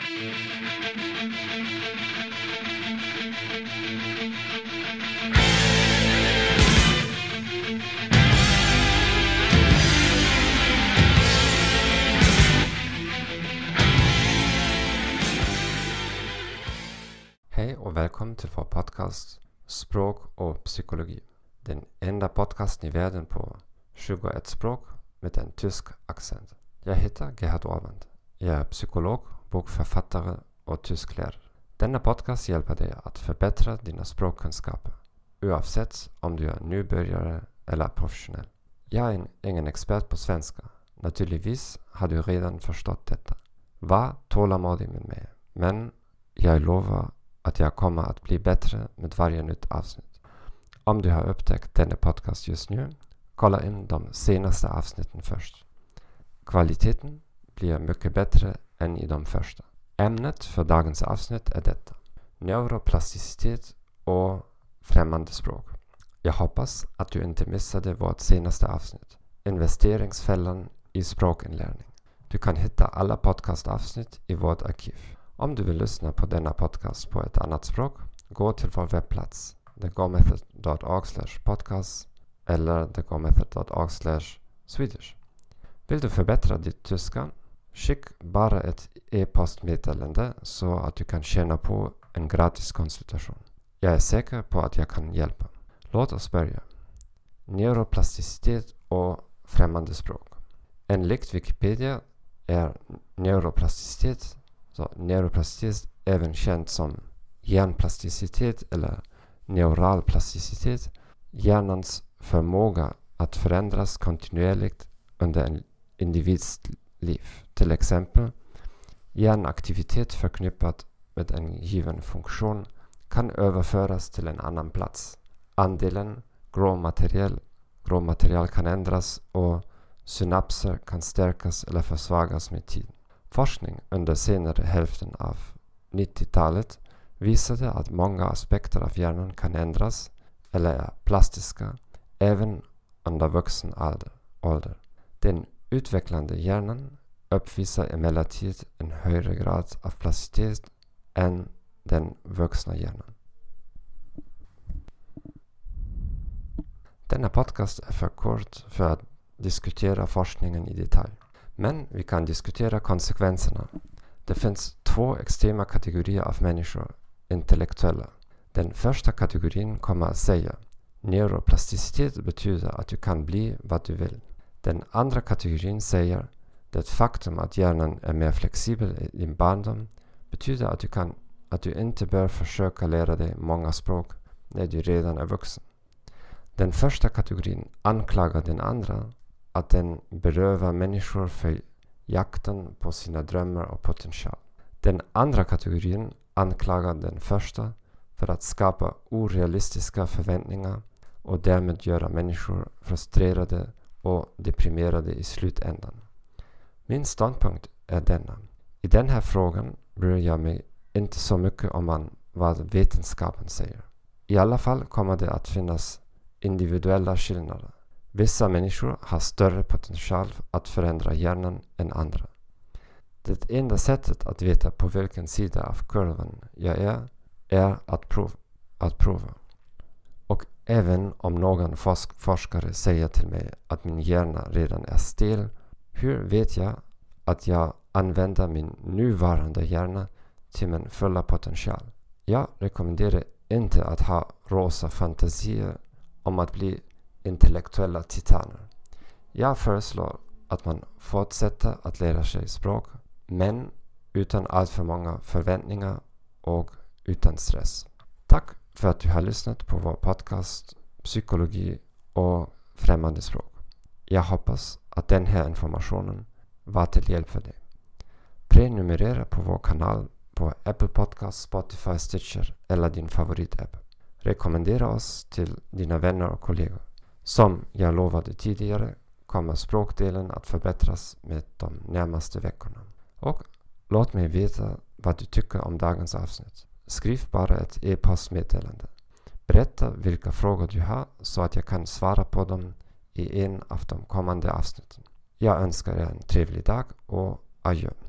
Hej och välkommen till vår podcast Språk och psykologi. Den enda podcasten i världen på 21 språk med en tysk accent. Jag heter Gerhard Orvand. Jag är psykolog, bokförfattare och tysklärare. Denna podcast hjälper dig att förbättra dina språkkunskaper, oavsett om du är nybörjare eller professionell. Jag är ingen expert på svenska. Naturligtvis har du redan förstått detta. Var tålamodig med mig, men jag lovar att jag kommer att bli bättre med varje nytt avsnitt. Om du har upptäckt denna podcast just nu, kolla in de senaste avsnitten först. Kvaliteten blir mycket bättre än i de första. Ämnet för dagens avsnitt är detta: neuroplasticitet och främmande språk. Jag hoppas att du inte missade vårt senaste avsnitt, investeringsfällan i språkinlärning. Du kan hitta alla podcastavsnitt i vårt arkiv. Om du vill lyssna på denna podcast på ett annat språk, gå till vår webbplats thegomethod.org/podcast eller thegomethod.org/Swedish. Vill du förbättra ditt tyska? Skick bara ett e-postmeddelande så att du kan tjäna på en gratis konsultation. Jag är säker på att jag kan hjälpa. Låt oss börja. Neuroplasticitet och främmande språk. Enligt Wikipedia är neuroplasticitet även känt som hjärnplasticitet eller neural plasticitet, hjärnans förmåga att förändras kontinuerligt under en individs liv. Till exempel, hjärnaktivitet förknippat med en given funktion kan överföras till en annan plats. Andelen gråmaterial kan ändras och synapser kan stärkas eller försvagas med tiden. Forskning under senare hälften av 90-talet visade att många aspekter av hjärnan kan ändras eller är plastiska även under vuxen ålder. Den utvecklande hjärnan uppvisar emellertid en högre grad av plasticitet än den vuxna hjärnan. Denna podcast är för kort för att diskutera forskningen i detalj. Men vi kan diskutera konsekvenserna. Det finns två extrema kategorier av människor, intellektuella. Den första kategorin kommer att säga: neuroplasticitet betyder att du kan bli vad du vill. Den andra kategorin säger: det faktum att hjärnan är mer flexibel i din barndom betyder att du inte bör försöka lära dig många språk när du redan är vuxen. Den första kategorin anklagar den andra att den berövar människor för jakten på sina drömmar och potential. Den andra kategorin anklagar den första för att skapa orealistiska förväntningar och därmed göra människor frustrerade och deprimerade i slutändan. Min ståndpunkt är denna. I den här frågan bryr jag mig inte så mycket om vad vetenskapen säger. I alla fall kommer det att finnas individuella skillnader. Vissa människor har större potential att förändra hjärnan än andra. Det enda sättet att veta på vilken sida av kurvan jag är att prova. Och även om någon forskare säger till mig att min hjärna redan är stel, hur vet jag att jag använder min nuvarande hjärna till min fulla potential? Jag rekommenderar inte att ha rosa fantasier om att bli intellektuella titaner. Jag föreslår att man fortsätter att lära sig språk, men utan allt för många förväntningar och utan stress. Tack för att du har lyssnat på vår podcast Psykologi och främmande språk. Jag hoppas att den här informationen var till hjälp för dig. Prenumerera på vår kanal på Apple Podcasts, Spotify, Stitcher eller din favoritapp. Rekommendera oss till dina vänner och kollegor. Som jag lovade tidigare kommer språkdelen att förbättras med de närmaste veckorna. Och låt mig veta vad du tycker om dagens avsnitt. Skriv bara ett e-postmeddelande. Berätta vilka frågor du har så att jag kan svara på dem i en av de kommande avsnitten. Jag önskar er en trevlig dag och adjö.